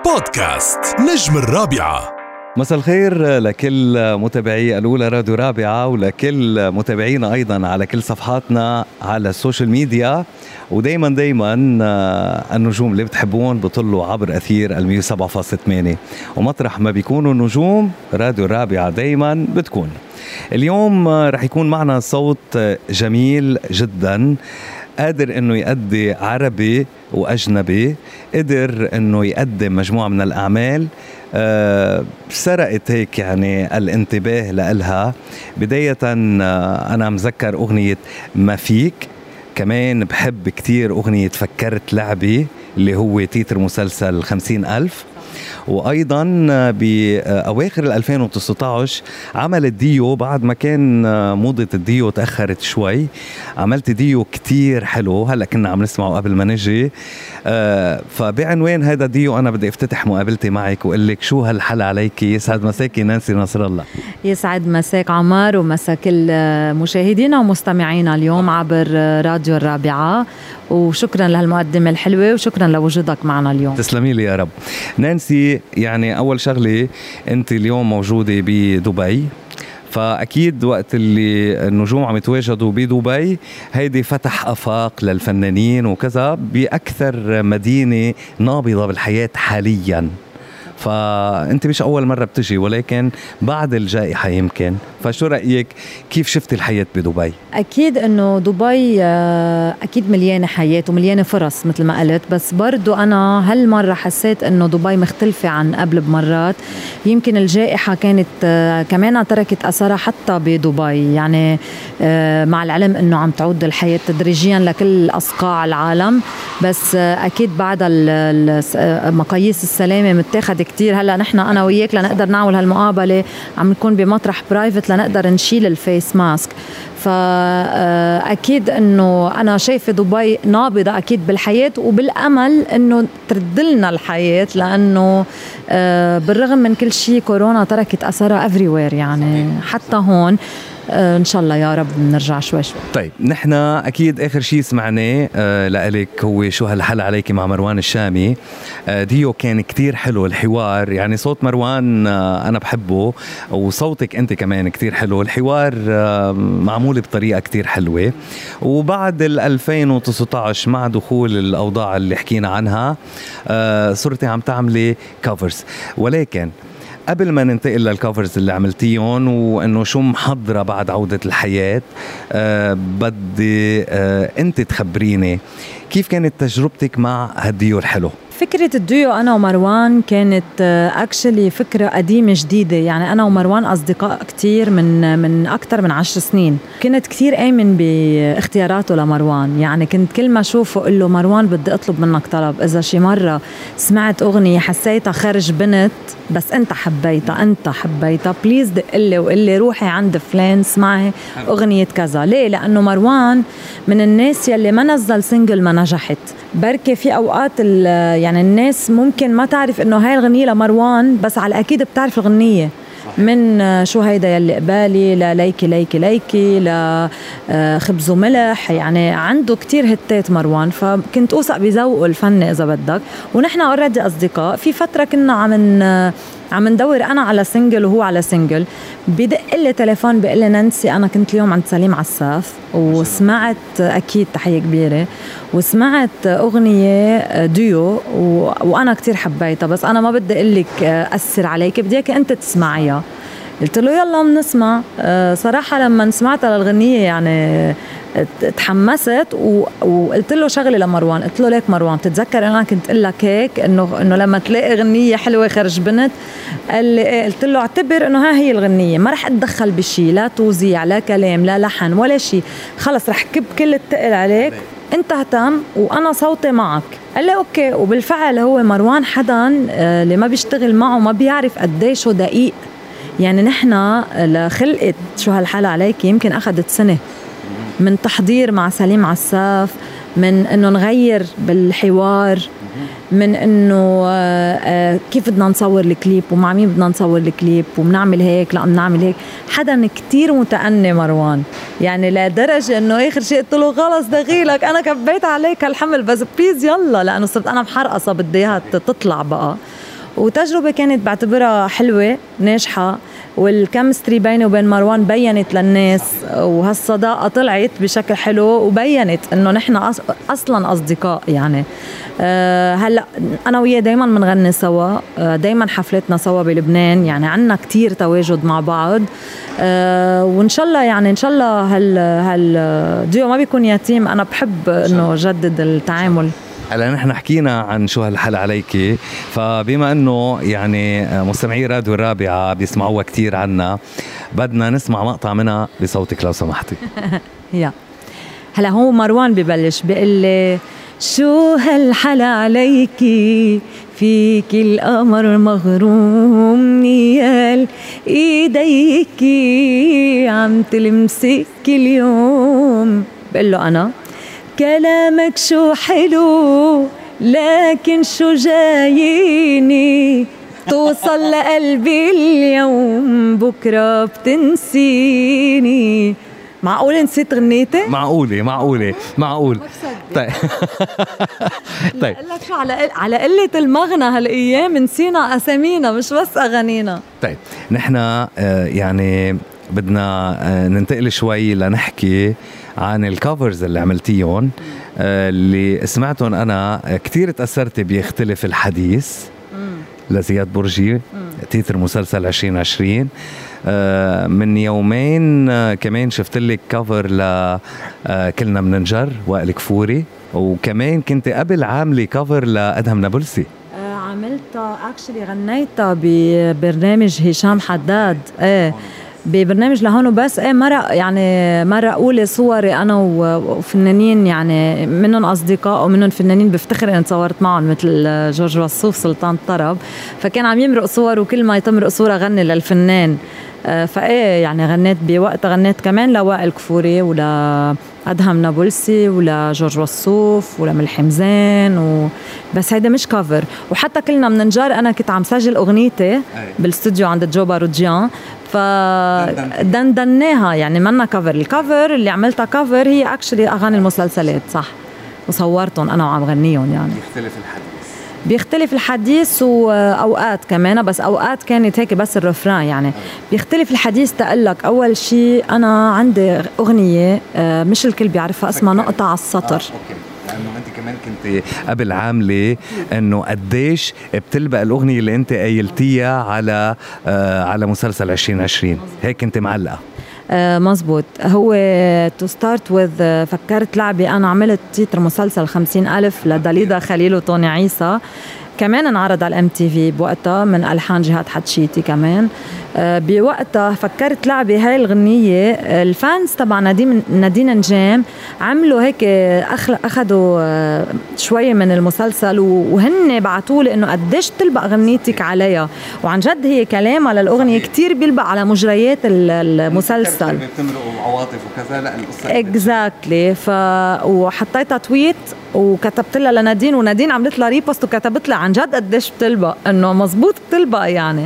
بودكاست نجم الرابعة. مساء الخير لكل متابعي الأولى راديو رابعة ولكل متابعينا أيضا على كل صفحاتنا على السوشيال ميديا. ودايما النجوم اللي بتحبون بطلوا عبر أثير 107.8 ومطرح ما بيكونوا النجوم راديو رابعة دايما بتكون. اليوم رح يكون معنا صوت جميل جدا، قادر انه يؤدي عربي واجنبي، قدر انه يقدم مجموعة من الاعمال سرقت هيك يعني الانتباه لإلها. بداية انا مذكر اغنية ما فيك، كمان بحب كتير اغنية فكرت لعبي اللي هو تيتر مسلسل 50,000. وأيضا بأواخر 2019 عملت ديو بعد ما كان موضة الديو تأخرت شوي. عملت ديو كتير حلو، هلأ كنا عم نسمعه قبل ما نجي. فبعنوان هذا ديو أنا بدي افتتح مقابلتي معك وقلك شو هالحل عليك. يسعد مساكي نانسي نصر الله. يسعد مساك عمار ومساك المشاهدين ومستمعينا اليوم عبر راديو الرابعة، وشكرا لهالمقدمة الحلوة وشكرا لوجودك معنا اليوم. تسلمي لي يا رب. نانسي، يعني أول شغلة أنت اليوم موجودة بدبي، فأكيد وقت اللي النجوم عم يتواجدوا بدبي هيدي فتح أفاق للفنانين وكذا بأكثر مدينة نابضة بالحياة حالياً. فأنت مش أول مرة بتجي ولكن بعد الجائحة يمكن، فشو رأيك كيف شفت الحياة بدبي؟ أكيد أنه دبي أكيد مليانة حياة ومليانة فرص مثل ما قلت، بس برضو أنا هالمرة حسيت أنه دبي مختلفة عن قبل بمرات. يمكن الجائحة كانت كمان تركت أثرها حتى بدبي، يعني مع العلم أنه عم تعود الحياة تدريجيا لكل أصقاع العالم، بس أكيد بعد مقاييس السلامة متاخد كتير. هلأ نحن أنا وياك لنقدر نعمل هالمقابلة عم نكون بمطرح برايفت لنقدر نشيل الفيس ماسك. فأكيد أنه أنا شايفة دبي نابضة أكيد بالحياة وبالأمل أنه تردلنا الحياة، لأنه بالرغم من كل شيء كورونا تركت أثرها everywhere، يعني حتى هون. إن شاء الله يا رب نرجع شوي شوي. طيب نحن أكيد آخر شيء سمعناه لألك هو شو هالحل عليكي مع مروان الشامي. ديو كان كتير حلو الحوار، يعني صوت مروان أنا بحبه وصوتك أنت كمان كتير حلو. الحوار معمول بطريقة كتير حلوة. وبعد 2019 مع دخول الأوضاع اللي حكينا عنها صرتي عم تعملي كافرز، ولكن قبل ما ننتقل للكافرز اللي عملتيهم وإنه شو محضرة بعد عودة الحياة، بدي أنت تخبريني كيف كانت تجربتك مع هالديو الحلو. فكرة الديو أنا ومروان كانت أكشلي فكرة قديمة جديدة، يعني أنا ومروان أصدقاء كتير من أكتر من 10 سنين. كنت كتير آمن باختياراته لمروان، يعني كنت كل ما أشوفه قل له مروان بدي أطلب منك طلب. إذا شي مرة سمعت أغنية حسيتها خارج بنت بس أنت حبيتها بليز دقلي وقلي روحي عند فلان اسمعي أغنية كذا. ليه؟ لأنه مروان من الناس يلي ما نزل سنجل ما نجحت. بركة في أوقات يعني الناس ممكن ما تعرف إنه هاي الغنية لمروان، بس على أكيد بتعرف الغنية من شو هيدا يلي قبالي ليكي لخبز وملح. يعني عنده كتير هتات مروان، فكنت أوثق بذوقه الفني إذا بدك. ونحن أوريدي أصدقاء. في فترة كنا عم ندور أنا على سنجل وهو على سنجل. بدق لي تليفون بيقول لي نانسي أنا كنت اليوم عند سليم عساف وسمعت، أكيد تحية كبيرة، وسمعت أغنية ديو وأنا كتير حبيتها، بس أنا ما بدي أقلك أثر عليك، بدي إياك أنت تسمعيها. قلت له يلا بنسمع. صراحة لما سمعتها للغنية يعني تحمست وقلت له شغله لمروان. قلت له ليك مروان بتتذكر انا كنت اقول لك هيك انه لما تلاقي غنيه حلوه خرج بنت؟ قال لي ايه. قلت له اعتبر انه ها هي الغنيه، ما رح اتدخل بشي، لا توزيع لا كلام لا لحن ولا شي، خلص رح كب كل التقل عليك، انت اهتم وانا صوتي معك. قال لي اوكي. وبالفعل هو مروان حدا اللي ما بيشتغل معه ما بيعرف قديش هو دقيق. يعني نحن لخلقت شو هالحالة عليك يمكن أخذت سنة من تحضير مع سليم عساف، من إنه نغير بالحوار، من إنه كيف بدنا نصور الكليب ومع مين بدنا نصور الكليب وبنعمل هيك لا بنعمل هيك. حدا كتير متأني مروان، يعني لدرجة إنه آخر شيء قلت له خلص دغيلك أنا كبيت عليك هالحمل بس بليز يلا، لأنه صرت أنا محرقصة بدي إياها تطلع بقى. وتجربة كانت بعتبرها حلوة ناجحة، والكيمستري بيني وبين مروان بيّنت للناس، وهالصداقة طلعت بشكل حلو وبيّنت إنه نحن أصلاً أصدقاء يعني. هلأ أنا وياه دايماً منغني سوا، دايماً حفلتنا سوا بلبنان، يعني عنا كتير تواجد مع بعض. وإن شاء الله يعني إن شاء الله هالديو ما بيكون يتيم. أنا بحب إنه جدد التعامل. هلا نحن حكينا عن شو هالحلقة عليكي، فبما انه يعني مستمعي راديو الرابعة بيسمعوها كتير عنا، بدنا نسمع مقطع منها بصوتك لو سمحتي. يا هلا هو مروان ببلش بيقول لي شو هالحلا عليكي، فيك القمر مغروم، نيال ايديكي عم تلمسك اليوم. بقول له انا كلامك شو حلو، لكن شو جاييني توصل لقلبي اليوم، بكرة بتنسيني. معقول نسيت غنيتي؟ معقول. طيب طيب لك شو على قلة المغنى هالأيام نسينا أسامينا مش بس أغانينا. طيب نحن يعني بدنا ننتقل شوي لنحكي عن الكافرز اللي عملتيهم، اللي سمعتهم أنا كتير تأثرت بيختلف الحديث لزياد برجي، تيتر مسلسل 2020. من يومين كمان شفت لك كافر كلنا مننجر وائل كفوري، وكمان كنت قبل عاملة كافر لأدهم نابلسي. عملتها اكشلي، غنيتها ببرنامج هشام حداد، ببرنامج لهون وبس. مرة أولى صوري أنا وفنانين يعني منهم أصدقاء ومنهم فنانين بفتخر أن صورت معهم، مثل جورج وصوف، سلطان طرب، فكان عم يمرق صور، وكل ما يتمرق صورة غني للفنان. يعني غنيت بوقتها، غنيت كمان لوائل كفوري أدهم نابلسي ولجورج وصوف ولملحم زين بس هيدا مش كافر. وحتى كلنا مننجر أنا كنت عم سجل أغنيتي بالاستوديو عند جو بارودجيان، فدندناها يعني منا كافر. الكافر اللي عملتها كافر هي اكشلي اغاني المسلسلات، صح، وصورتهم انا وعم غنيهم. يعني بيختلف الحديث واوقات كمان، بس اوقات كانت هيك بس الرفران. يعني بيختلف الحديث. تقلك اول شيء انا عندي اغنيه مش الكل بيعرفها، اسمها نقطة على السطر. لأنه أنت كمان كنت قبل عاملة إنه قديش بتلبق الأغنية اللي أنت قايلتيها على مسلسل 2020، هيك كنت معلقة. مزبوط. هو to start with فكرت لعبي، أنا عملت تيتر مسلسل 50,000 لداليدا خليل وطوني عيسى، كمان انعرض على MTV بوقتها من ألحان جهاد حتشيتي كمان. بوقتها فكرت لعبي هاي الغنية. الفانز تبع نادين نجام عملوا هيك، أخذوا شوية من المسلسل وهن بعتولي إنه قديش تلبق غنيتك عليها، وعن جد هي كلامها للأغنية كتير بيلبق على مجريات المسلسل، بتمرقوا عواطف وكذا. لا القصة exactly. وحطيتها تويت وكتبت لها لنادين، ونادين عملت لها ريبوست وكتبت لها عن جد قديش بتلبق، إنه مزبوط بتلبق يعني.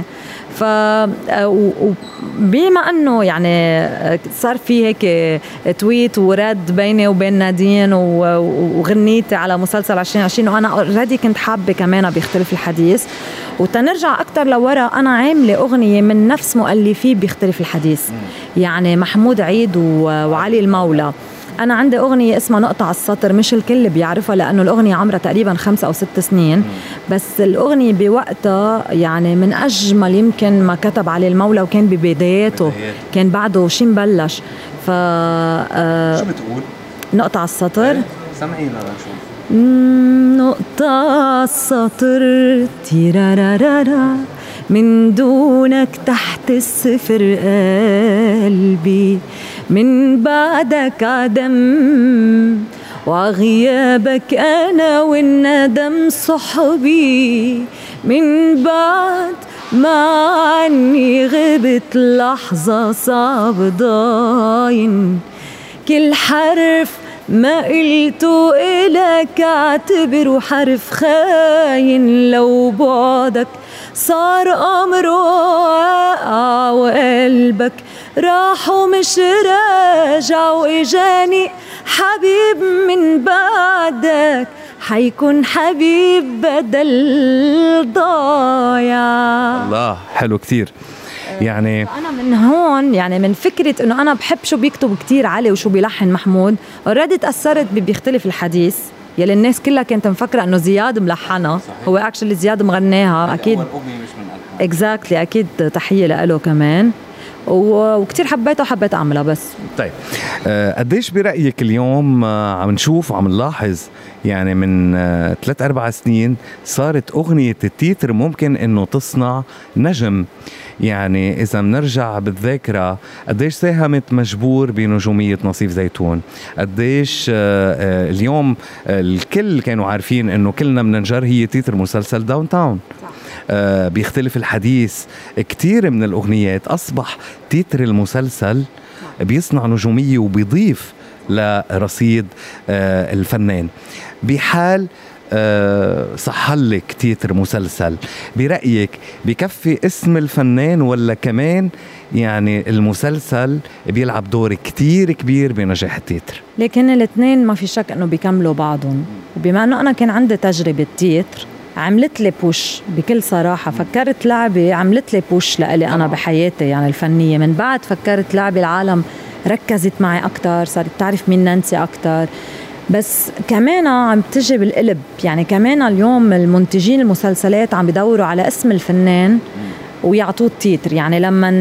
بما انه يعني صار في هيك تويت ورد بيني وبين نادين وغنيتي على مسلسل 2020، وانا اوريدي كنت حابه كمان بيختلف الحديث. وتنرجع اكثر لورا، انا عامله اغنيه من نفس مؤلفي بيختلف الحديث، يعني محمود عيد وعلي المولى. أنا عندي أغنية اسمها نقطة على السطر، مش الكل بيعرفها لأنه الأغنية عمرها تقريبا 5 أو 6 سنين، بس الأغنية بوقتها يعني من أجمل يمكن ما كتب علي المولى، وكان ببداياته، كان بعده شي مبلش. شو بتقول؟ نقطة على السطر. سمعينا لنشوف. نقطة على السطر تيرارارارا، من دونك تحت الصفر قلبي، من بعدك عدم، وغيابك أنا والندم صحبي، من بعد ما عني غبت لحظة صعب ضاين، كل حرف ما قلته إلك اعتبره حرف خاين، لو بعدك صار أمر واقع وقلبك راح ومش راجع، وإجاني حبيب من بعدك حيكون حبيب بدل ضايع. حلو كتير. يعني أنا من هون يعني من فكرة إنه أنا بحب شو بيكتب كتير علي وشو بيلحن محمود، already تأثرت بيختلف الحديث يلي الناس كلها كانت مفكرة إنه زياد ملحنها، هو اكشلي زياد مغناها أكيد. اكزاكتلي اكيد، تحيه له كمان، وكتير حبيتها وحبيت اعملها. بس طيب قديش برايك اليوم عم نشوف وعم نلاحظ يعني من 3-4 سنين صارت اغنيه التيتر ممكن انه تصنع نجم؟ يعني إذا منرجع بالذاكرة قديش ساهمت مجبور بنجومية نصيف زيتون؟ قديش اليوم الكل كانوا عارفين إنه كلنا مننجر هي تيتر مسلسل داون تاون. بيختلف الحديث كتير من الأغنيات، أصبح تيتر المسلسل بيصنع نجومية وبيضيف لرصيد الفنان. بحال صحلك تيتر مسلسل، برأيك بكفي اسم الفنان ولا كمان يعني المسلسل بيلعب دور كتير كبير بنجاح التيتر؟ لكن الاثنين ما في شك انه بيكملوا بعضهم، وبما انه انا كان عندي تجربة تيتر عملت لي بوش بكل صراحة. فكرت لعبة عملت لي بوش لألي أنا بحياتي يعني الفنية. من بعد فكرت لعبة العالم ركزت معي أكتر، صارت تعرف مين نانسي أكتر. بس كمان عم تجي بالقلب، يعني كمان اليوم المنتجين المسلسلات عم بدوروا على اسم الفنان ويعطوه التيتر. يعني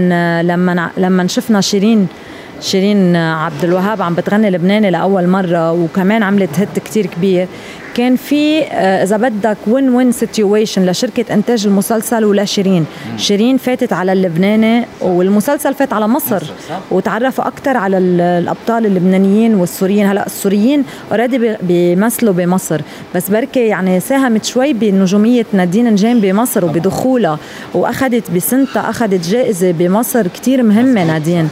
لما شفنا شيرين عبد الوهاب عم بتغني لبناني لأول مرة وكمان عملت هيت كتير كبير، كان في إذا بدك win-win situation لشركة إنتاج المسلسل ولا شيرين فاتت على اللبناني والمسلسل فات على مصر وتعرفوا أكتر على الأبطال اللبنانيين والسوريين. هلأ السوريين already بيمثلوا بمصر، بس بركة يعني ساهمت شوي بنجومية نادين نجام بمصر وبدخولها، وأخذت بسنتها أخذت جائزة بمصر كتير مهمة نادين.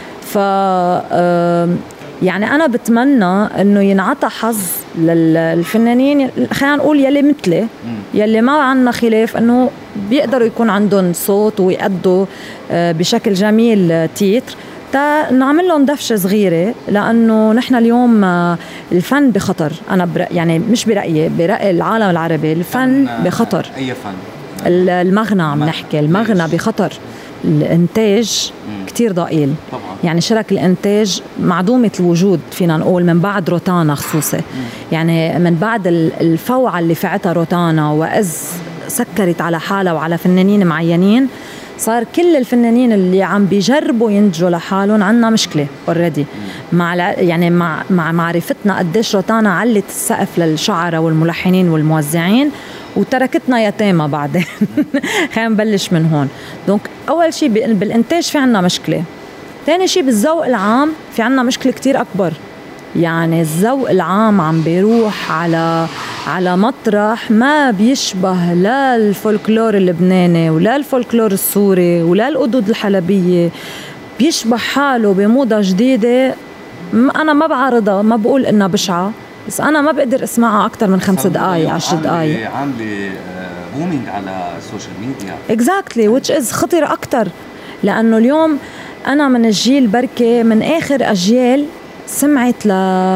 يعني أنا بتمنى أنه ينعطى حظ للفنانين، خلينا نقول يلي مثلي يلي ما عنا خلاف أنه بيقدروا يكون عندهم صوت ويأدوا بشكل جميل تيتر، نعمل لهم دفشة صغيرة. لأنه نحن اليوم الفن بخطر. أنا يعني مش برأيي، برأي العالم العربي الفن بخطر. أي فن؟ المغنى عم نحكي، المغنى بخطر. الانتاج كتير ضئيل طبعا. يعني شرك الانتاج معدومة الوجود فينا نقول من بعد روتانا خصوصي. يعني من بعد الفوعة اللي فعتها روتانا وإذ سكرت على حالها وعلى فنانين معينين، صار كل الفنانين اللي عم بيجربوا ينتجوا لحالهم عنا مشكلة already مع معرفتنا قديش روتانا علت السقف للشعراء والملحنين والموزعين وتركتنا يتامى بعدين. خلينا نبلش من هون. دونك أول شيء بالإنتاج في عنا مشكلة، ثاني شيء بالذوق العام في عنا مشكلة كتير أكبر. يعني الذوق العام عم بيروح على مطرح ما بيشبه لا الفولكلور اللبناني ولا الفولكلور السوري ولا القدود الحلبية، بيشبه حاله بموضة جديدة. أنا ما بعارضها، ما بقول إنها بشعة، بس أنا ما بقدر أسمعها أكتر من 5 دقايق 10 دقايق. عاملة بومينج على السوشيال ميديا exactly which is خطير أكتر. لأنه اليوم أنا من الجيل بركة من آخر أجيال سمعت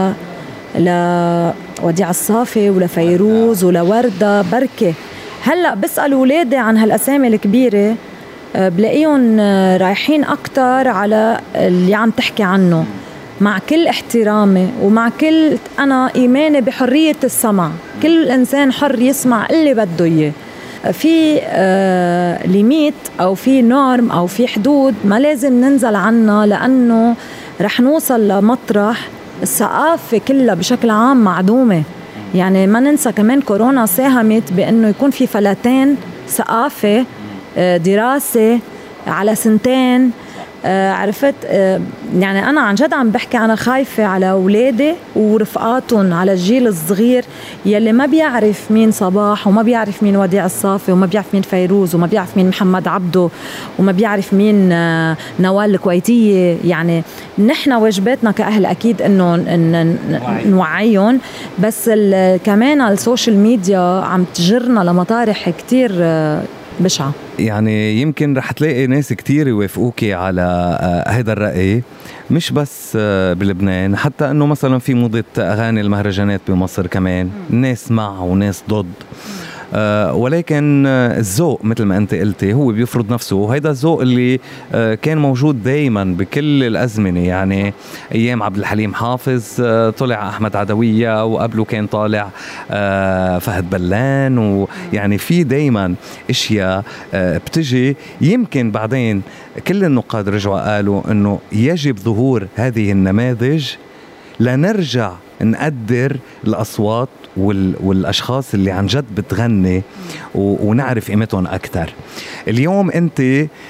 وديع الصافي ولا فيروز ولا وردة بركة. هلأ بسأل ولادي عن هالأسامي الكبيرة بلاقيهم رايحين أكتر على اللي عم تحكي عنه، مع كل احترامي ومع كل أنا إيماني بحرية السمع. كل إنسان حر يسمع اللي بده إياه. في ليميت أو في نورم أو في حدود ما لازم ننزل عنها، لأنه رح نوصل لمطرح الثقافة كلها بشكل عام معدومة. يعني ما ننسى كمان كورونا ساهمت بأنه يكون في فلتان ثقافة، دراسة على 2 عرفت. يعني أنا عن جد عم بحكي، أنا خايفة على أولادي ورفقاتهم، على الجيل الصغير يلي ما بيعرف مين صباح وما بيعرف مين وديع الصافي وما بيعرف مين فيروز وما بيعرف مين محمد عبده وما بيعرف مين نوال الكويتية. يعني نحن واجباتنا كأهل أكيد إنه نوعيهم، بس كمان السوشيال ميديا عم تجرنا لمطارح كتير بشعة. يعني يمكن رح تلاقي ناس كتير يوافقوكي على هذا الرأي، مش بس بلبنان، حتى انه مثلا في موضة اغاني المهرجانات بمصر كمان ناس مع وناس ضد. ولكن الذوق مثل ما أنت قلتي هو بيفرض نفسه، وهيدا الذوق اللي كان موجود دايما بكل الأزمنة. يعني أيام عبد الحليم حافظ طلع أحمد عدوية، وقبله كان طالع فهد بلان، ويعني في دايما اشياء بتجي. يمكن بعدين كل النقاد رجعوا قالوا انه يجب ظهور هذه النماذج لنرجع نقدر الاصوات والاشخاص اللي عن جد بتغني ونعرف قيمتهم اكثر. اليوم انت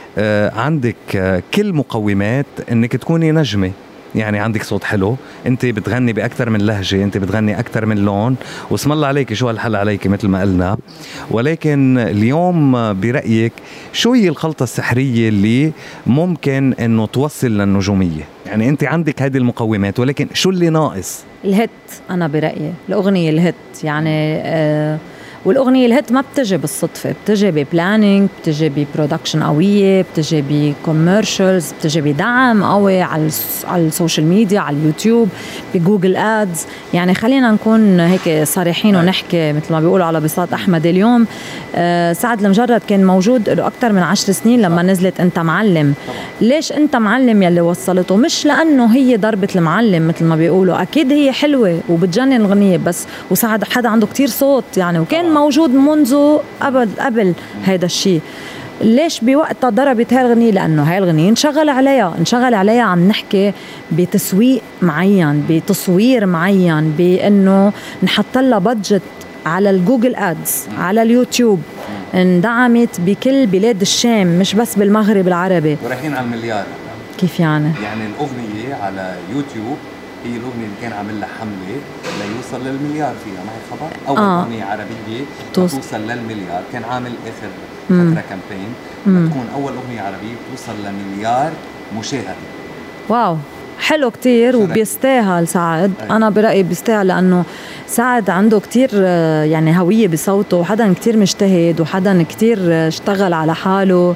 عندك كل مقومات انك تكوني نجمة. يعني عندك صوت حلو، انت بتغني باكثر من لهجه، انت بتغني اكثر من لون، واسم الله عليك شو هالحل عليك مثل ما قلنا. ولكن اليوم برايك شو هي الخلطه السحريه اللي ممكن انه توصل للنجوميه؟ يعني انت عندك هذه المقومات، ولكن شو اللي ناقص؟ الهيت. انا برايي الاغنيه الهيت. يعني والأغنية الهيت ما بتجي بالصدفة، بتجي ببلانينج، بتجي ببرودكشن قوية، بتجي بكوميرشلز، بتجي بدعم قوي على السوشيال ميديا، على اليوتيوب، بجوجل ادز. يعني خلينا نكون هيك صريحين ونحكي مثل ما بيقولوا على بساط أحمد. اليوم سعد المجرد كان موجود له أكتر من 10 سنين لما نزلت أنت معلم. ليش أنت معلم يلي وصلته؟ مش لأنه هي ضربة المعلم مثل ما بيقولوا، أكيد هي حلوة وبتجنن الغنية، بس وسعد حدا عنده كتير صوت يعني، وكان موجود منذ قبل هذا الشيء. ليش بوقتها ضربت هاي الغنية؟ لأنه هاي الغنية انشغل عليها عم نحكي بتسويق معين، بتصوير معين، بأنه نحط لها بادجت على الجوجل ادز، على اليوتيوب، اندعمت بكل بلاد الشام مش بس بالمغرب العربي. ورايحين على المليار. كيف يعني؟ يعني الأغنية على يوتيوب هي الأغنية اللي كان عامل لها حملة ليوصل للمليار فيها. ما هي خبر؟ أول أغنية عربية توصل للمليار. كان عامل آخر فترة كامبين تكون أول أغنية عربية توصل لمليار مشاهدة. واو، حلو كتير وبيستاهل سعد. أنا برأيي بيستاهل، لأنه سعد عنده كتير يعني هوية بصوته، وحدا كتير مجتهد، وحدا كتير اشتغل على حاله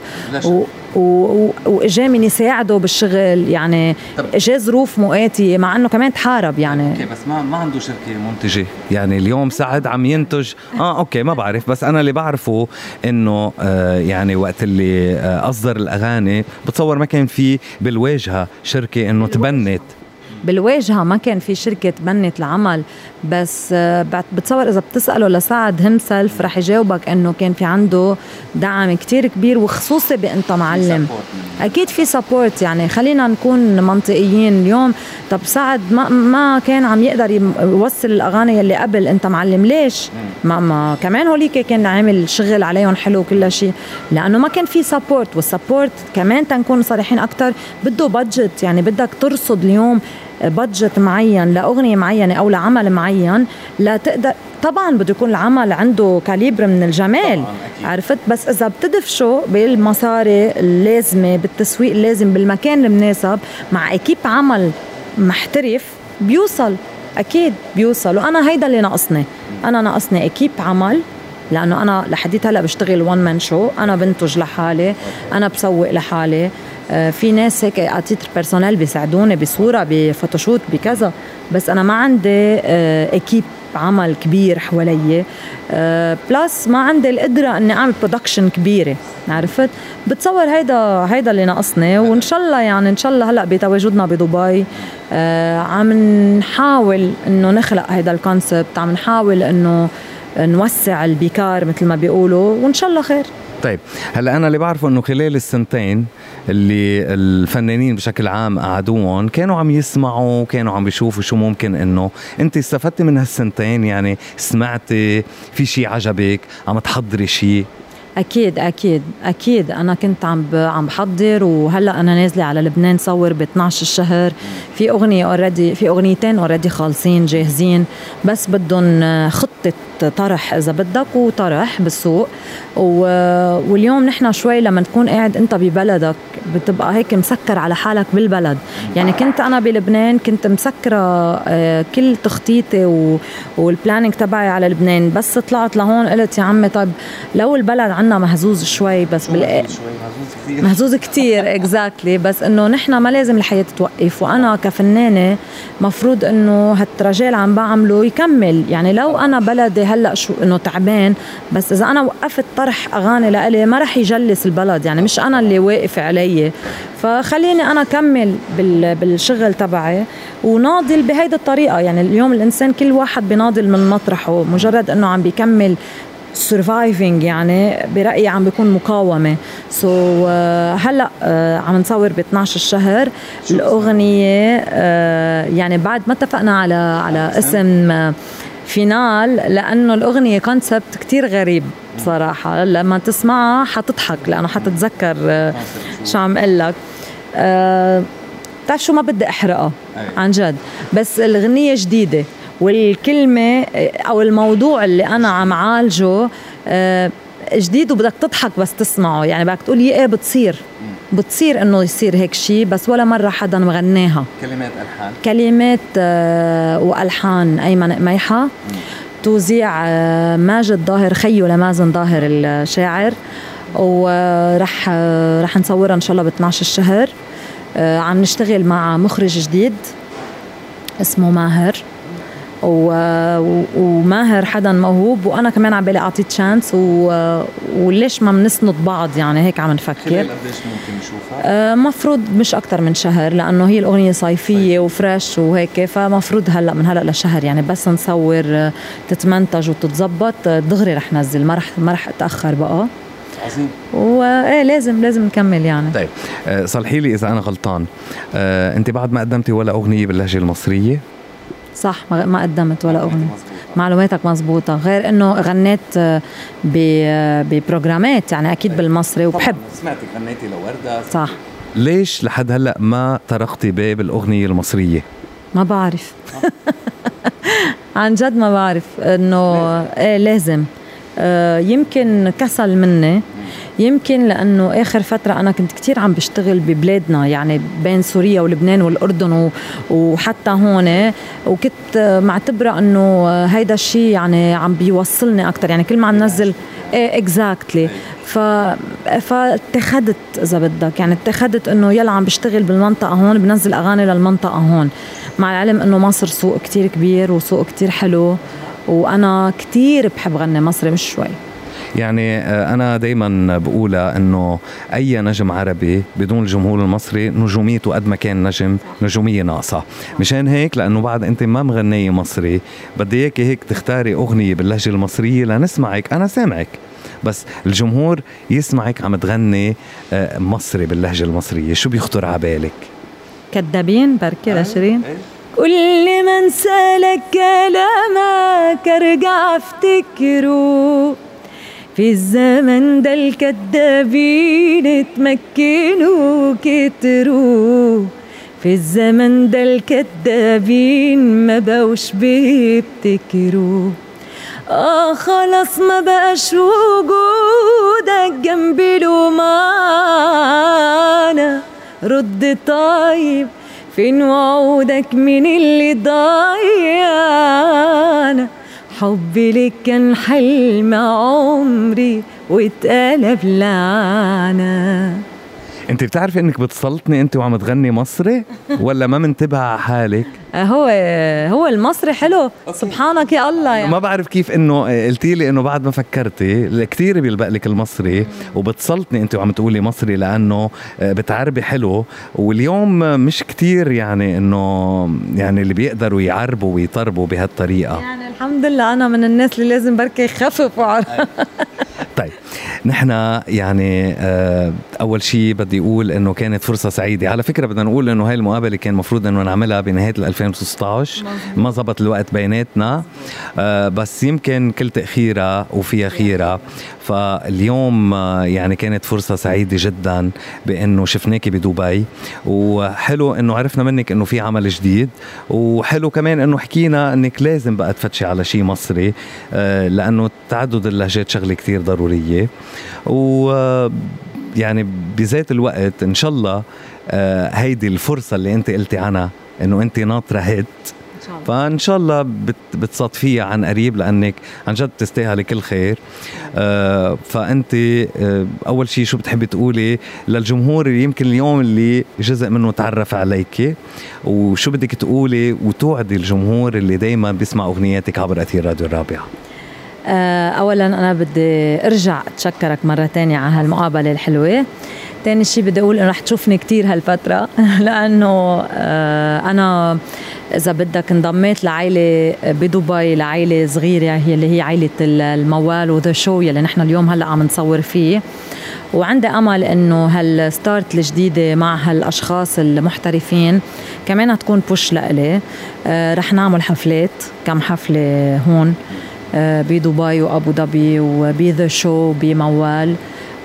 وإجا من يساعده بالشغل. يعني إجا ظروف مؤاتية مع أنه كمان تحارب يعني. أوكي، بس ما عنده شركة منتجة. يعني اليوم سعد عم ينتج أوكي ما بعرف، بس أنا اللي بعرفه إنه يعني وقت اللي أصدر الأغاني بتصور ما كان في بالواجهة شركة إنه تبنت. بالواجهة ما كان في شركة تبنت العمل، بس بتصور إذا بتسأله لسعد همسلف رح يجاوبك أنه كان في عنده دعم كتير كبير، وخصوصي بأنت معلم. أكيد في سابورت. يعني خلينا نكون منطقيين اليوم. طب سعد ما كان عم يقدر يوصل الأغاني اللي قبل أنت معلم. ليش؟ ما كمان هوليك كان عامل شغل عليهم حلو كل شيء، لأنه ما كان في سابورت. والسابورت كمان تنكون صريحين أكتر بده بادجت. يعني بدك ترصد اليوم بادجت معين لأغنية معينة أو لعمل معين لا تقدر. طبعا بده يكون العمل عنده كاليبر من الجمال، عرفت؟ بس إذا بتدفشوا بالمصاري اللازمة، بالتسويق اللازم، بالمكان المناسب، مع أكيب عمل محترف، بيوصل. أكيد بيوصل. وأنا هيدا اللي ناقصني. أنا ناقصني أكيب عمل، لأنه أنا لحديت هلأ بشتغل وان مان شو. أنا بنتج لحالي، أنا بسوق لحالي، في ناس هيك اتيتر بيرسونال بيساعدوني بصورة، بفوتوشوت، بكذا، بس أنا ما عندي اكيب عمل كبير حوالي. بلاس ما عندي القدرة أني أعمل برودكشن كبيرة، عرفت؟ بتصور هيدا اللي ناقصني. وإن شاء الله يعني إن شاء الله هلأ بتواجدنا بدبي عم نحاول أنه نخلق هيدا الكونسبت، عم نحاول أنه نوسع البيكار مثل ما بيقولوا، وإن شاء الله خير. طيب هلا أنا اللي بعرفه إنه خلال السنتين اللي الفنانين بشكل عام قعدوهم كانوا عم يسمعوا، كانوا عم بيشوفوا شو ممكن. إنه أنت استفدتي من هالسنتين؟ يعني سمعتي في شيء عجبك؟ عم تحضري شيء؟ أكيد أنا كنت عم بحضر، وهلأ أنا نازلة على لبنان صور ب12 الشهر. في أغنية أوريدي، في أغنيتين أوريدي خالصين جاهزين، بس بدهم خطة طرح إذا بدك، وطرح بالسوق. واليوم نحن شوي لما تكون قاعد أنت ببلدك بتبقى هيك مسكر على حالك بالبلد. يعني كنت أنا بلبنان كنت مسكرة كل تخطيطي والبلانينج تبعي على لبنان، بس طلعت لهون قلت يا عمي طيب لو البلد عنا مهزوز شوي بس مهزوز كتير اكزاكتلي. بس انه نحن ما لازم الحياة توقف، وانا كفنانة مفروض انه هالرجال عم بعمله يكمل. يعني لو انا بلدي هلا شو انه تعبان، بس اذا انا وقفت طرح اغاني لإلي ما رح يجلس البلد، يعني مش انا اللي واقف علي. فخليني انا اكمل بالشغل تبعي وناضل بهيدا الطريقة. يعني اليوم الانسان كل واحد بيناضل من مطرحه، مجرد انه عم بيكمل surviving يعني برأيي عم بيكون مقاومة. هلأ عم نصور ب12 الشهر الأغنية. يعني بعد ما اتفقنا على اسم فينال، لأنه الأغنية كونسبت كتير غريب بصراحة. لما تسمعها حتضحك لأنه حتتذكر شو عم قلك. بتعرف شو، ما بدي أحرقها عن جد، بس الأغنية جديدة والكلمة أو الموضوع اللي أنا عم عالجه جديد، وبدك تضحك بس تسمعه. يعني بدك تقول ايه بتصير انه يصير هيك شيء، بس ولا مرة حدا مغناها. كلمات والحان ايمن ميحة، توزيع ماجد ظاهر خيو لمازن ظاهر الشاعر. ورح نصورها ان شاء الله ب12 الشهر. عم نشتغل مع مخرج جديد اسمه ماهر، وماهر حدا موهوب، وانا كمان عم بالي اعطيه تشانس. وليش ما بنسند بعض، يعني هيك عم نفكر. خلال قديش ممكن نشوفها؟ مفروض مش اكتر من شهر، لانه هي الاغنيه صيفيه وفريش وهيك. فمفروض هلا من هلا لشهر، يعني بس نصور تتمنتج وتتزبط دغري رح نزل، ما رح اتاخر بقى. عظيم. وايه لازم نكمل يعني. طيب صلحي لي اذا انا غلطان، انت بعد ما قدمتي ولا اغنيه باللهجه المصريه؟ صح، ما قدمت ولا أغنية. معلوماتك مزبوطة، غير إنه غنيت ببروجرامات يعني أكيد بالمصري، وبحب. سمعتك غنيتي لوردة. صح. ليش لحد هلأ ما طرقتي باب الأغنية المصرية؟ ما بعرف. عن جد ما بعرف إنه إيه لازم. يمكن كسل مني، يمكن لأنه آخر فترة أنا كنت كتير عم بشتغل ببلادنا، يعني بين سوريا ولبنان والأردن وحتى هون، وكنت معتبرة أنه هيدا الشيء يعني عم بيوصلني أكتر. يعني كل ما عم نزل exactly فاتخذت إذا بدك، يعني اتخذت أنه يلا عم بشتغل بالمنطقة هون، بنزل أغاني للمنطقة هون، مع العلم أنه مصر سوق كتير كبير وسوق كتير حلو، وأنا كتير بحب غني مصري مش شوي. يعني أنا دايما بقولها أنه أي نجم عربي بدون الجمهور المصري نجوميته قد ما كان نجم نجومية ناقصة. مشان هيك لأنه بعد أنت ما مغنية مصري، بدي إياك هيك تختاري أغنية باللهجة المصرية لنسمعك. أنا سامعك بس الجمهور يسمعك عم تغني مصري باللهجة المصرية. شو بيخطر عبالك؟ كدابين بركي لشيرين. كل ما انسى لك كلامك ارجع افتكره، في الزمن ده الكدابين اتمكنوا كتروا، في الزمن ده الكدابين ما بقوش بيبتكروا. خلاص ما بقاش وجودك جنبي له معانا، رد طيب فين وعودك من اللي ضيعنا، حبي لك كان حلم عمري واتقلب لعنة. انت بتعرفي انك بتسلطني انت وعم تغني مصري ولا ما منتبه على حالك؟ هو المصري حلو. سبحانك يا الله. يعني ما بعرف كيف انه قلتي لي انه بعد ما فكرتي كتير بيلبق لك المصري وبتسلطني انت وعم تقولي مصري لانه بتعربي حلو. واليوم مش كتير يعني انه يعني اللي بيقدروا يعربوا ويطربوا بهالطريقة. يعني الحمد لله انا من الناس اللي لازم بركي يخففوا. طيب نحن يعني أول شيء بدي أقول إنه كانت فرصة سعيدة. على فكرة بدنا نقول إنه هاي المقابلة كان مفروض إنه نعملها بنهاية 2016، ما زبط الوقت بيناتنا، بس يمكن كل تأخيرة وفيها خيرة. فاليوم يعني كانت فرصة سعيدة جدا بأنه شفناكي بدبي، وحلو إنه عرفنا منك إنه في عمل جديد، وحلو كمان إنه حكينا إنك لازم بقى تفتشي على شيء مصري، لأنه تعدد اللهجات شغلة كتير ضرورية. ويعني بذات الوقت إن شاء الله هيدي الفرصة اللي أنت قلتي عنها إنه أنت ناطرة هيت فإن شاء الله بتصادفيها عن قريب، لأنك عن جد تستاهلي كل خير. فأنت أول شيء شو بتحبي تقولي للجمهور اللي يمكن اليوم اللي جزء منه تعرف عليك، وشو بدك تقولي وتوعدي الجمهور اللي دايما بيسمع أغنياتك عبر أثير راديو الرابعة؟ أولا أنا بدي أرجع أتشكرك مرة تانية على هالمقابلة الحلوة. تاني شيء بدي أقول إنه رح تشوفني كتير هالفترة لأنه أنا إذا بدك انضميت لعائلة بدبي، لعائلة صغيرة هي اللي هي عائلة الموال وذا شو يلي نحن اليوم هلأ عم نصور فيه، وعندي أمل إنه هالستارت الجديدة مع هالأشخاص المحترفين كمان هتكون بوش لإلي. رح نعمل حفلات، كم حفلة هون بدبي وأبو ظبي وبذا شو بموال،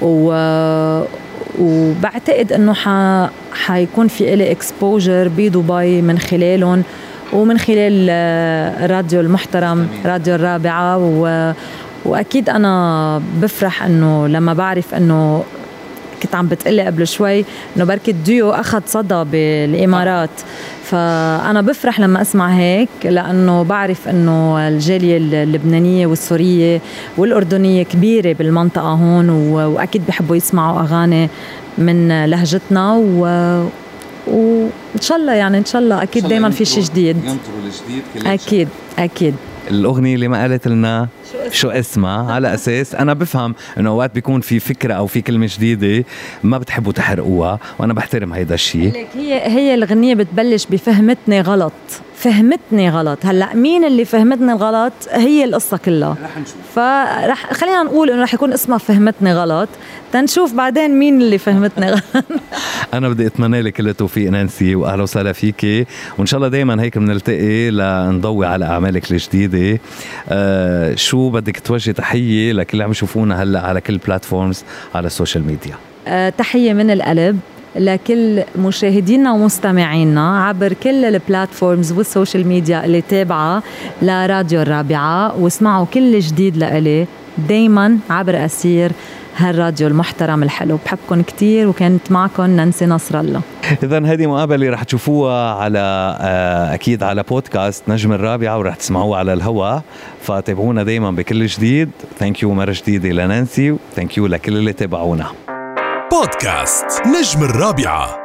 وبعتقد انه حيكون في إلي اكسبوجر بدبي من خلالهم ومن خلال الراديو المحترم راديو الرابعة. واكيد انا بفرح انه لما بعرف انه كنت عم بتقلي قبل شوي انه بركي الديو اخذ صدى بالامارات، فانا بفرح لما اسمع هيك لانه بعرف انه الجاليه اللبنانيه والسوريه والاردنيه كبيره بالمنطقه هون، واكيد بيحبوا يسمعوا اغاني من لهجتنا، وان شاء الله يعني ان شاء الله اكيد دائما في شيء جديد اكيد اكيد. الأغنية اللي ما قالت لنا شو اسمها على أساس أنا بفهم إنه أوقات بيكون في فكرة أو في كلمة جديدة ما بتحبوا تحرقوها، وأنا بحترم هيدا الشيء. هي الغنية بتبلش بفهمتني غلط، فهمتني غلط. هلأ مين اللي فهمتني غلط هي القصة كلها، فرح خلينا نقول إنه رح يكون اسمها فهمتني غلط، تنشوف بعدين مين اللي فهمتني غلط. أنا بدي أتمنى لك كل التوفيق نانسي، وأهلا وسهلا فيكي، وإن شاء الله دايما هيك بنلتقي لنضوي على أعمالك الجديدة. شو بدك توجه تحية لكل اللي عم يشوفونا هلأ على كل بلاتفورمز على السوشيال ميديا؟ تحية من القلب لكل مشاهدينا ومستمعينا عبر كل البلاتفورمز والسوشيال ميديا اللي تابعة لراديو الرابعة، واسمعوا كل جديد لإلي دايما عبر أثير هالراديو المحترم الحلو. بحبكن كتير، وكانت معكن نانسي نصر الله. إذن هذه مقابلة رح تشوفوها على أكيد على بودكاست نجم الرابعة، ورح تسمعوها على الهواء، فتابعونا دايما بكل جديد. ثانك يو مرة جديدة لنانسي، وثانك يو لكل اللي تابعونا. بودكاست نجم الرابعة.